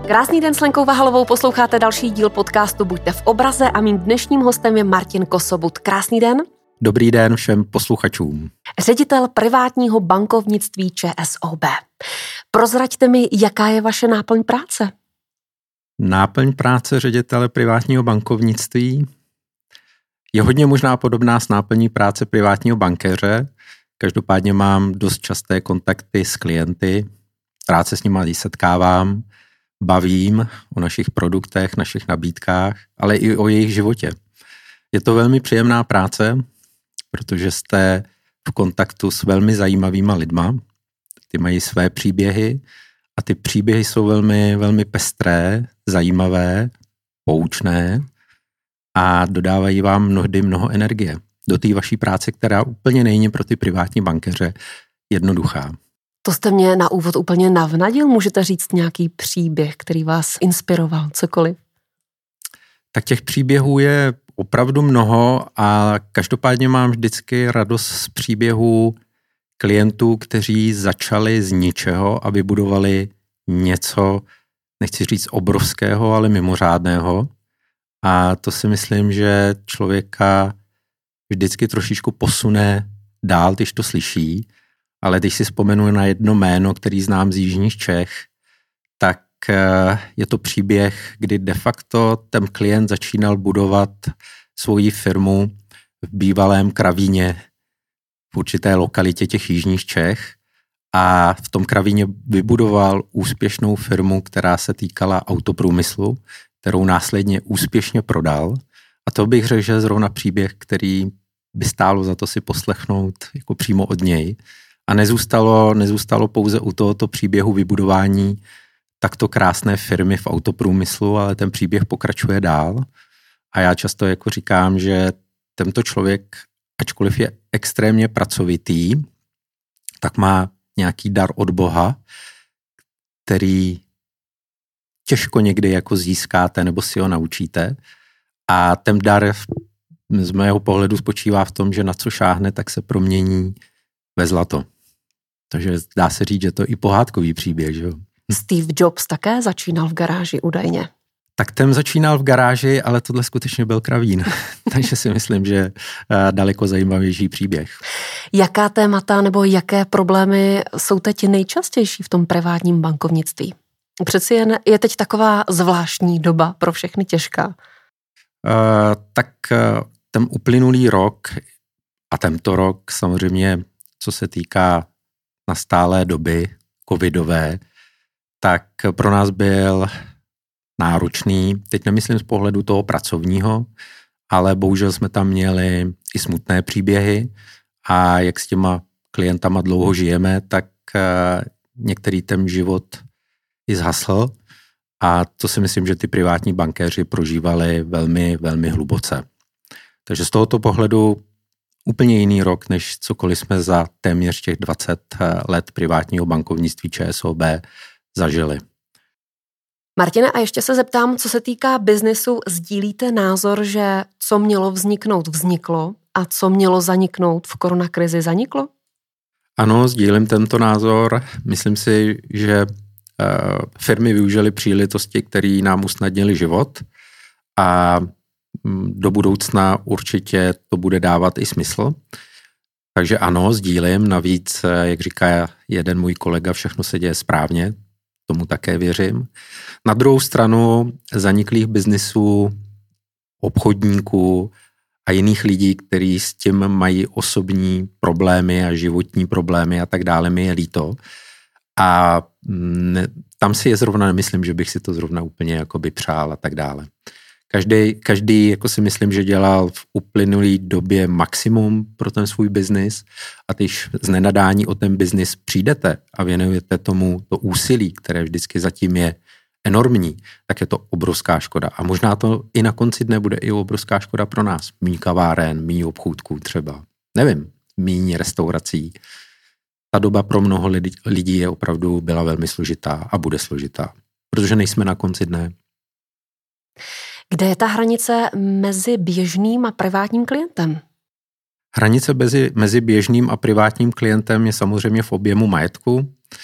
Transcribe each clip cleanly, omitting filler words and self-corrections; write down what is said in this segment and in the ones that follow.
Krásný den s Lenkou Vahalovou, posloucháte další díl podcastu Buďte v obraze a mým dnešním hostem je Martin Kosobut. Krásný den. Dobrý den všem posluchačům. Ředitel privátního bankovnictví ČSOB. Prozraďte mi, jaká je vaše náplň práce? Náplň práce ředitele privátního bankovnictví je hodně možná podobná s náplní práce privátního bankéře. Každopádně mám dost časté kontakty s klienty, rád se s nimi setkávám, bavím o našich produktech, našich nabídkách, ale i o jejich životě. Je to velmi příjemná práce, protože jste v kontaktu s velmi zajímavýma lidma. Ty mají své příběhy a ty příběhy jsou velmi, velmi pestré, zajímavé, poučné a dodávají vám mnohdy mnoho energie do té vaší práce, která úplně není pro ty privátní bankéře jednoduchá. To jste mě na úvod úplně navnadil. Můžete říct nějaký příběh, který vás inspiroval, cokoliv? Tak těch příběhů je opravdu mnoho a každopádně mám vždycky radost z příběhů klientů, kteří začali z ničeho a vybudovali něco, nechci říct obrovského, ale mimořádného. A to si myslím, že člověka vždycky trošičku posune dál, když to slyší. Ale když si vzpomenu na jedno jméno, který znám z jižních Čech, tak je to příběh, kdy de facto ten klient začínal budovat svoji firmu v bývalém Kravíně v určité lokalitě těch jižních Čech a v tom Kravíně vybudoval úspěšnou firmu, která se týkala autoprůmyslu, kterou následně úspěšně prodal. A to bych řekl, že je zrovna příběh, který by stálo za to si poslechnout jako přímo od něj. A nezůstalo pouze u tohoto příběhu vybudování takto krásné firmy v autoprůmyslu, ale ten příběh pokračuje dál. A já často jako říkám, že tento člověk, ačkoliv je extrémně pracovitý, tak má nějaký dar od Boha, který těžko někdy jako získáte nebo si ho naučíte. A ten dar z mého pohledu spočívá v tom, že na co šáhne, tak se promění ve zlato. Takže dá se říct, že to je i pohádkový příběh. Že? Steve Jobs také začínal v garáži údajně. Tak ten začínal v garáži, ale tohle skutečně byl Kravín. Takže si myslím, že daleko zajímavější příběh. Jaká témata nebo jaké problémy jsou teď nejčastější v tom privátním bankovnictví? Přeci jen je teď taková zvláštní doba, pro všechny těžká. Tak ten uplynulý rok a tento rok samozřejmě, co se týká nastálé doby covidové, tak pro nás byl náročný. Teď nemyslím z pohledu toho pracovního, ale bohužel jsme tam měli i smutné příběhy a jak s těma klientama dlouho žijeme, tak některý ten život i zhasl a to si myslím, že ty privátní bankéři prožívali velmi, velmi hluboce. Takže z tohoto pohledu úplně jiný rok, než cokoliv jsme za téměř těch 20 let privátního bankovnictví ČSOB zažili. Martine, a ještě se zeptám, co se týká biznesu, sdílíte názor, že co mělo vzniknout, vzniklo a co mělo zaniknout v koronakrizi, zaniklo? Ano, sdílím tento názor. Myslím si, že firmy využily příležitosti, které nám usnadnily život a do budoucna určitě to bude dávat i smysl. Takže ano, sdílím. Navíc, jak říká jeden můj kolega, všechno se děje správně. Tomu také věřím. Na druhou stranu zaniklých biznisů, obchodníků a jiných lidí, kteří s tím mají osobní problémy a životní problémy a tak dále, mi je líto. A tam si je zrovna nemyslím, že bych si to zrovna úplně jakoby přál a tak dále. Každý jako si myslím, že dělal v uplynulé době maximum pro ten svůj biznis a když z nenadání o ten biznis přijdete a věnujete tomu to úsilí, které vždycky zatím je enormní, tak je to obrovská škoda. A možná to i na konci dne bude i obrovská škoda pro nás. Míň kaváren, míň obchůdků třeba. Nevím, míň restaurací. Ta doba pro mnoho lidí je opravdu byla velmi složitá a bude složitá, protože nejsme na konci dne. Kde je ta hranice mezi běžným a privátním klientem? Hranice mezi běžným a privátním klientem je samozřejmě v objemu majetku.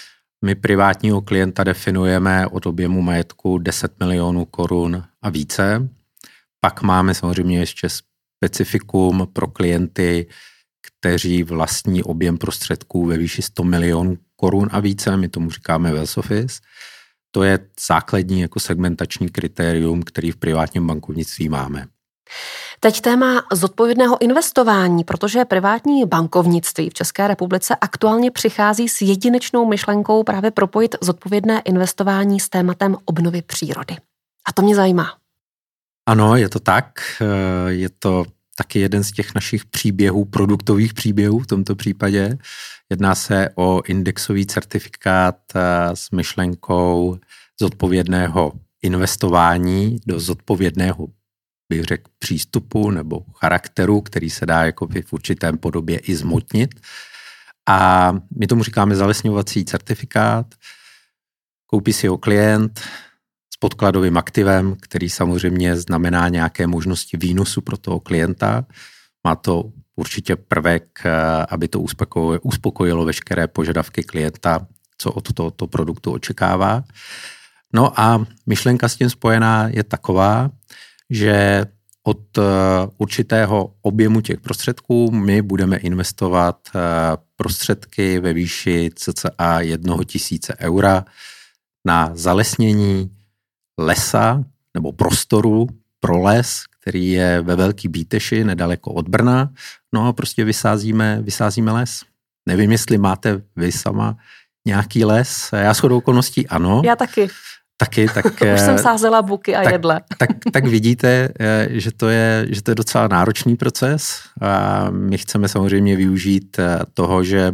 My privátního klienta definujeme od objemu majetku 10 milionů korun a více. Pak máme samozřejmě ještě specifikum pro klienty, kteří vlastní objem prostředků ve výši 100 milionů korun a více. My tomu říkáme Wealth Office. To je základní jako segmentační kritérium, který v privátním bankovnictví máme. Teď téma zodpovědného investování, protože privátní bankovnictví v České republice aktuálně přichází s jedinečnou myšlenkou právě propojit zodpovědné investování s tématem obnovy přírody. A to mě zajímá. Ano, je to tak. Je to taky jeden z těch našich příběhů, produktových příběhů v tomto případě. Jedná se o indexový certifikát s myšlenkou zodpovědného investování do zodpovědného, bych řekl, přístupu nebo charakteru, který se dá jako v určitém podobě i zmotnit. A my tomu říkáme zalesňovací certifikát. Koupí si ho klient s podkladovým aktivem, který samozřejmě znamená nějaké možnosti výnosu pro toho klienta. Má to určitě prvek, aby to uspokojilo veškeré požadavky klienta, co od tohoto produktu očekává. No a myšlenka s tím spojená je taková, že od určitého objemu těch prostředků my budeme investovat prostředky ve výši cca 1 000 eura na zalesnění lesa nebo prostoru pro les, který je ve Velký Bíteši, nedaleko od Brna. No a prostě vysázíme les. Nevím, jestli máte vy sama nějaký les. Já shodou okolností ano. Já taky. Tak už jsem sázela buky a jedle. Tak vidíte, že to je docela náročný proces. A my chceme samozřejmě využít toho, že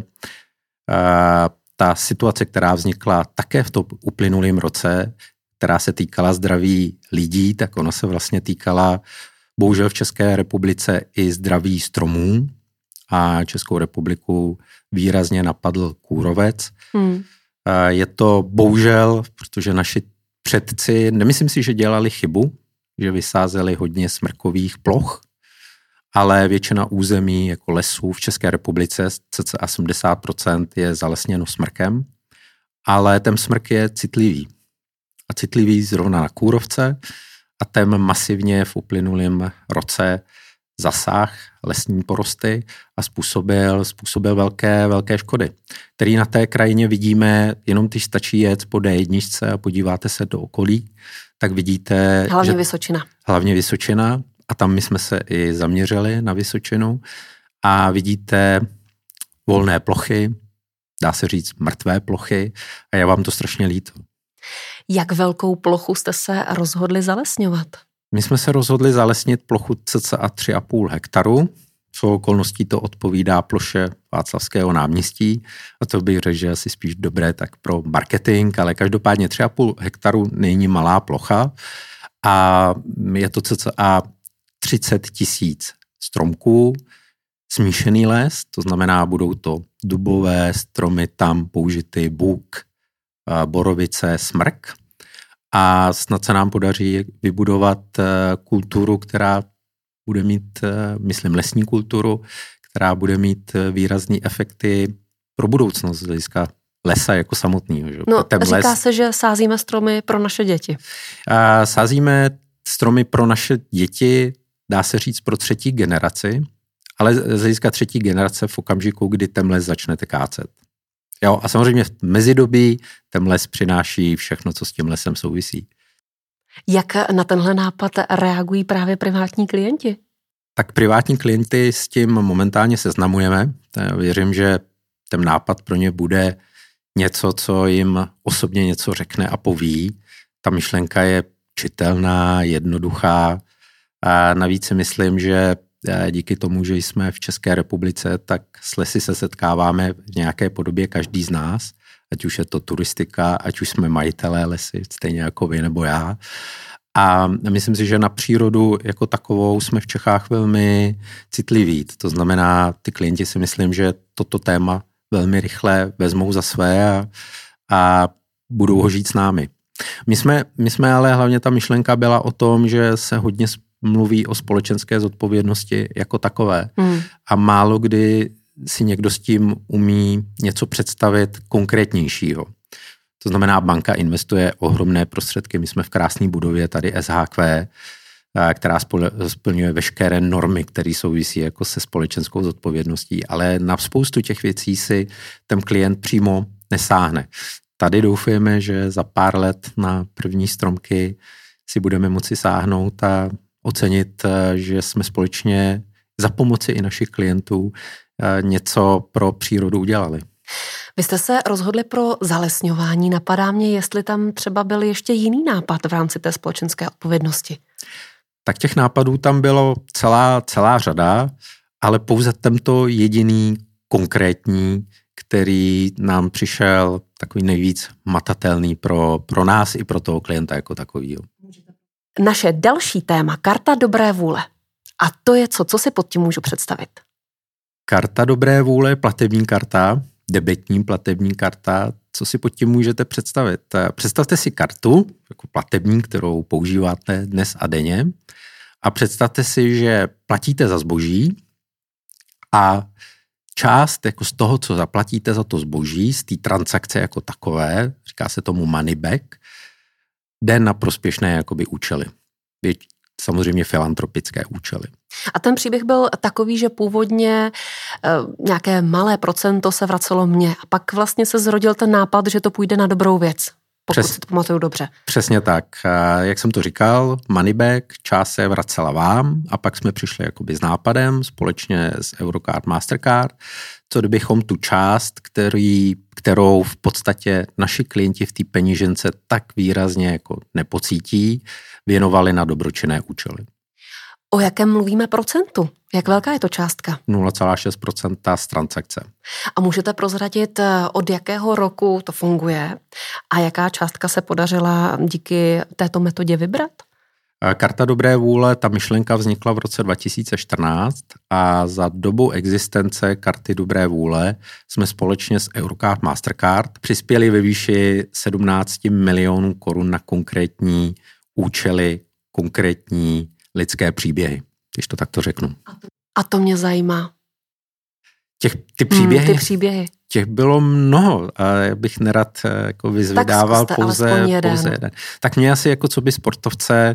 ta situace, která vznikla také v tom uplynulém roce, která se týkala zdraví lidí, tak ona se vlastně týkala bohužel v České republice i zdraví stromů a Českou republiku výrazně napadl kůrovec. Je to bohužel, protože naši předci, nemyslím si, že dělali chybu, že vysázeli hodně smrkových ploch, ale většina území jako lesů v České republice, cca 70% je zalesněno smrkem, ale ten smrk je citlivý. A citlivý zrovna na kůrovce a ten masivně v uplynulém roce zasáh lesní porosty a způsobil velké škody, které na té krajině vidíme, jenom když stačí jet po D1 a podíváte se do okolí, tak vidíte... Hlavně Vysočina a tam my jsme se i zaměřili na Vysočinu a vidíte volné plochy, dá se říct mrtvé plochy a je vám to strašně líto. Jak velkou plochu jste se rozhodli zalesňovat? My jsme se rozhodli zalesnit plochu cca 3,5 hektaru. V okolností to odpovídá ploše Václavského náměstí a to bych řekl, že asi spíš dobré tak pro marketing, ale každopádně 3,5 hektaru není malá plocha a je to cca 30 000 stromků, smíšený les, to znamená, budou to dubové stromy, tam použity buk, borovice, smrk. A snad se nám podaří vybudovat kulturu, která bude mít, myslím, lesní kulturu, která bude mít výrazný efekty pro budoucnost z hlediska lesa jako samotného. No, říká se, že sázíme stromy pro naše děti. Sázíme stromy pro naše děti, dá se říct pro 3. generaci, ale z hlediska 3. generace v okamžiku, kdy ten les začnete kácet. Jo, a samozřejmě v mezidobí ten les přináší všechno, co s tím lesem souvisí. Jak na tenhle nápad reagují právě privátní klienti? Tak privátní klienty s tím momentálně seznamujeme. Věřím, že ten nápad pro ně bude něco, co jim osobně něco řekne a poví. Ta myšlenka je čitelná, jednoduchá. A navíc si myslím, že díky tomu, že jsme v České republice, tak s lesy se setkáváme v nějaké podobě každý z nás, ať už je to turistika, ať už jsme majitelé lesy, stejně jako vy nebo já. A myslím si, že na přírodu jako takovou jsme v Čechách velmi citliví. To znamená, ty klienti si myslím, že toto téma velmi rychle vezmou za své a budou ho žít s námi. My jsme ale hlavně ta myšlenka byla o tom, že se hodně mluví o společenské zodpovědnosti jako takové. A málo kdy si někdo s tím umí něco představit konkrétnějšího. To znamená, banka investuje ohromné prostředky. My jsme v krásné budově tady SHQ, která splňuje veškeré normy, které souvisí jako se společenskou zodpovědností, ale na spoustu těch věcí si ten klient přímo nesáhne. Tady doufujeme, že za pár let na první stromky si budeme moci sáhnout a ocenit, že jsme společně za pomoci i našich klientů něco pro přírodu udělali. Vy jste se rozhodli pro zalesňování. Napadá mě, jestli tam třeba byl ještě jiný nápad v rámci té společenské odpovědnosti. Tak těch nápadů tam bylo celá řada, ale pouze tento jediný konkrétní, který nám přišel takový nejvíc matatelný pro nás i pro toho klienta jako takovýho. Naše další téma, karta dobré vůle. A to je co si pod tím můžu představit? Karta dobré vůle, platební karta, debetní platební karta, co si pod tím můžete představit? Představte si kartu, jako platební, kterou používáte dnes a denně, a představte si, že platíte za zboží a část jako z toho, co zaplatíte za to zboží, z té transakce jako takové, říká se tomu money back, jde na prospěšné jakoby účely. Samozřejmě filantropické účely. A ten příběh byl takový, že původně nějaké malé procento se vracelo mně a pak vlastně se zrodil ten nápad, že to půjde na dobrou věc, pokud si to pamatuju dobře. Přesně tak. Jak jsem to říkal, money back, část se vracela vám a pak jsme přišli jakoby s nápadem společně s Eurocard, Mastercard, co kdybychom tu část, kterou v podstatě naši klienti v té peněžence tak výrazně jako nepocítí, věnovali na dobročinné účely. O jakém mluvíme procentu? Jak velká je to částka? 0,6% z transakce. A můžete prozradit, od jakého roku to funguje a jaká částka se podařila díky této metodě vybrat? Karta dobré vůle, ta myšlenka vznikla v roce 2014 a za dobu existence karty dobré vůle jsme společně s Eurocard Mastercard přispěli ve výši 17 milionů korun na konkrétní účely, konkrétní lidské příběhy, když to takto řeknu. A to mě zajímá. Ty příběhy. Těch bylo mnoho a já bych nerad jako vyzvedával pouze jeden. Tak mě asi jako co by sportovce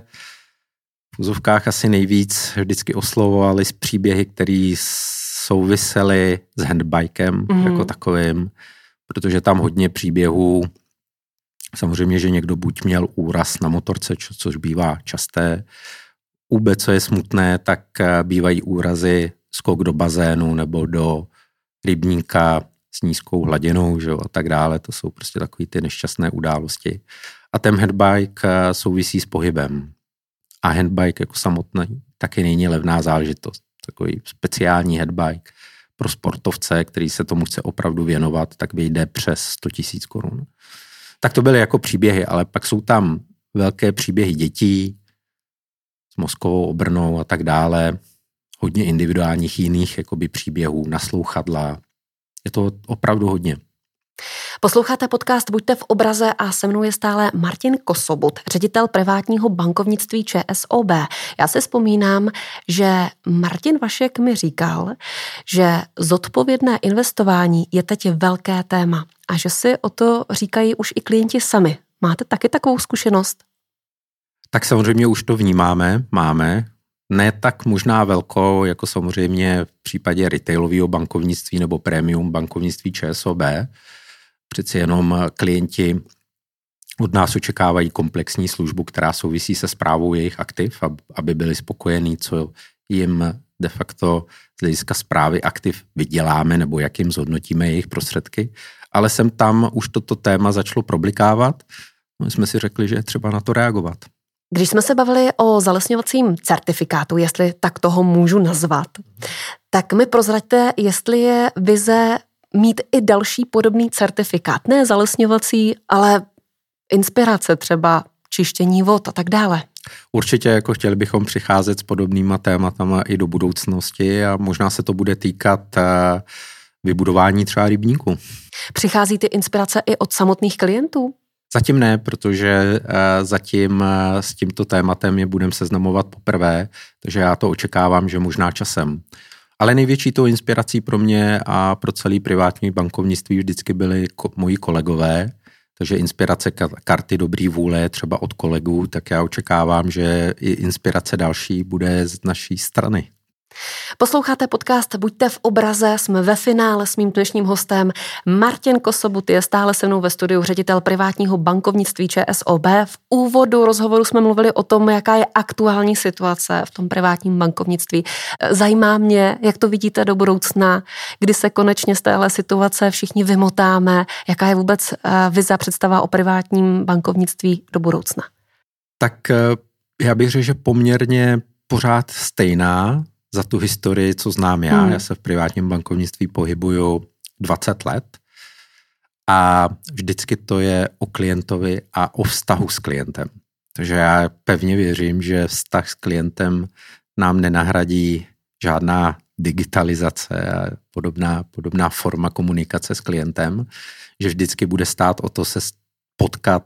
v úzovkách asi nejvíc vždycky oslovovali z příběhy, které souvisely s handbikem jako takovým, protože tam hodně příběhů, samozřejmě, že někdo buď měl úraz na motorce, což bývá časté, vůbec, co je smutné, tak bývají úrazy skok do bazénu nebo do rybníka s nízkou hladinou, že jo, a tak dále. To jsou prostě takové ty nešťastné události. A ten handbike souvisí s pohybem. A handbike jako samotný taky není levná záležitost. Takový speciální handbike pro sportovce, který se tomu chce opravdu věnovat, tak vyjde přes 100 000 korun. Tak to byly jako příběhy, ale pak jsou tam velké příběhy dětí s mozkovou obrnou a tak dále. Hodně individuálních jiných jakoby příběhů, naslouchadla. Je to opravdu hodně. Posloucháte podcast Buďte v obraze a se mnou je stále Martin Kosobut, ředitel privátního bankovnictví ČSOB. Já si vzpomínám, že Martin Vašek mi říkal, že zodpovědné investování je teď velké téma a že si o to říkají už i klienti sami. Máte taky takovou zkušenost? Tak samozřejmě už to máme. Ne tak možná velkou, jako samozřejmě v případě retailového bankovnictví nebo premium bankovnictví ČSOB. Přeci jenom klienti od nás očekávají komplexní službu, která souvisí se správou jejich aktiv, aby byli spokojení, co jim de facto z hlediska správy aktiv vyděláme nebo jak jim zhodnotíme jejich prostředky. Ale sem tam už toto téma začalo problikávat. My jsme si řekli, že je třeba na to reagovat. Když jsme se bavili o zalesňovacím certifikátu, jestli tak toho můžu nazvat, tak mi prozraďte, jestli je vize mít i další podobný certifikát. Ne zalesňovací, ale inspirace, třeba čištění vod a tak dále. Určitě jako chtěli bychom přicházet s podobnýma tématama i do budoucnosti a možná se to bude týkat vybudování třeba rybníku. Přichází ty inspirace i od samotných klientů? Zatím ne, protože zatím s tímto tématem je budeme seznamovat poprvé, takže já to očekávám, že možná časem. Ale největší tou inspirací pro mě a pro celý privátní bankovnictví vždycky byli moji kolegové Takže inspirace karty dobrý vůle je třeba od kolegů, tak já očekávám, že i inspirace další bude z naší strany. Posloucháte podcast Buďte v obraze, jsme ve finále s mým dnešním hostem. Martin Kosobut je stále se mnou ve studiu, ředitel privátního bankovnictví ČSOB. V úvodu rozhovoru jsme mluvili o tom, jaká je aktuální situace v tom privátním bankovnictví. Zajímá mě, jak to vidíte do budoucna, kdy se konečně z téhle situace všichni vymotáme, jaká je vůbec vize, představa o privátním bankovnictví do budoucna. Tak já bych řekl, že poměrně pořád stejná za tu historii, co znám já. Já se v privátním bankovnictví pohybuju 20 let a vždycky to je o klientovi a o vztahu s klientem. Takže já pevně věřím, že vztah s klientem nám nenahradí žádná digitalizace a podobná forma komunikace s klientem, že vždycky bude stát o to se potkat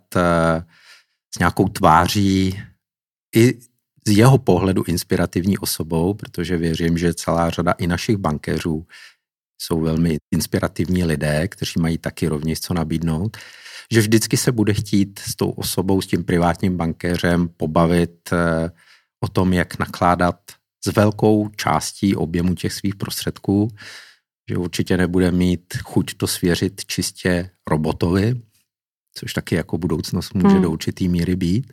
s nějakou tváří i z jeho pohledu inspirativní osobou, protože věřím, že celá řada i našich bankéřů jsou velmi inspirativní lidé, kteří mají taky rovněž co nabídnout, že vždycky se bude chtít s tou osobou, s tím privátním bankéřem pobavit o tom, jak nakládat s velkou částí objemu těch svých prostředků, že určitě nebude mít chuť to svěřit čistě robotovi, což taky jako budoucnost může do určitý míry být.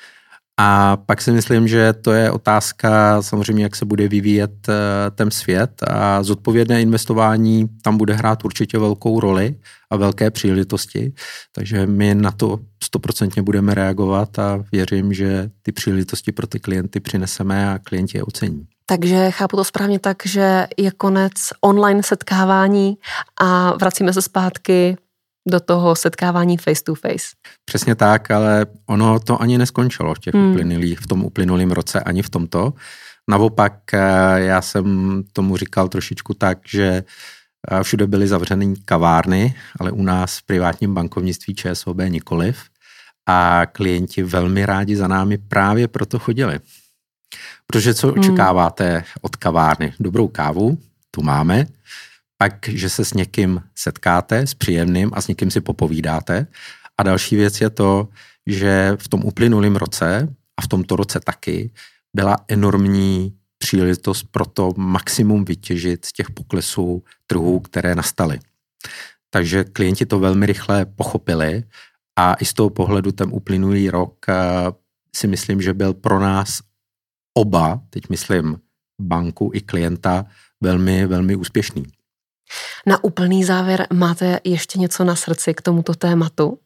A pak si myslím, že to je otázka samozřejmě, jak se bude vyvíjet ten svět a zodpovědné investování tam bude hrát určitě velkou roli a velké příležitosti, takže my na to 100% budeme reagovat a věřím, že ty příležitosti pro ty klienty přineseme a klienti je ocení. Takže chápu to správně tak, že je konec online setkávání a vracíme se zpátky do toho setkávání face to face. Přesně tak, ale ono to ani neskončilo v tom uplynulém roce, ani v tomto. Naopak já jsem tomu říkal trošičku tak, že všude byly zavřené kavárny, ale u nás v privátním bankovnictví ČSOB nikoliv a klienti velmi rádi za námi právě proto chodili. Protože co očekáváte od kavárny? Dobrou kávu, tu máme, pak, že se s někým setkáte, s příjemným a s někým si popovídáte. A další věc je to, že v tom uplynulém roce a v tomto roce taky byla enormní příležitost pro to maximum vytěžit z těch poklesů trhů, které nastaly. Takže klienti to velmi rychle pochopili a i z toho pohledu ten uplynulý rok si myslím, že byl pro nás oba, teď myslím banku i klienta, velmi, velmi úspěšný. Na úplný závěr máte ještě něco na srdci k tomuto tématu?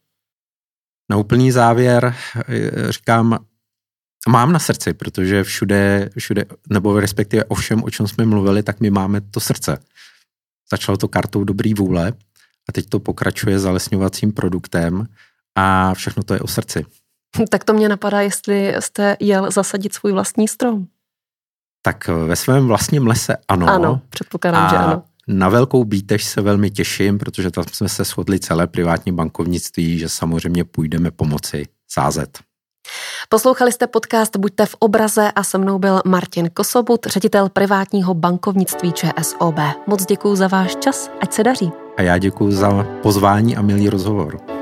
Na úplný závěr říkám, mám na srdci, protože všude, nebo respektive o všem, o čem jsme mluvili, tak my máme to srdce. Začalo to kartou dobrý vůle a teď to pokračuje zalesňovacím produktem a všechno to je o srdci. Tak to mě napadá, jestli jste jel zasadit svůj vlastní strom. Tak ve svém vlastním lese ano. Ano, předpokládám, že ano. Na Velkou Bítež se velmi těším, protože tam jsme se shodli celé privátní bankovnictví, že samozřejmě půjdeme pomoci sázet. Poslouchali jste podcast Buďte v obraze a se mnou byl Martin Kosobut, ředitel privátního bankovnictví ČSOB. Moc děkuju za váš čas, ať se daří. A já děkuju za pozvání a milý rozhovor.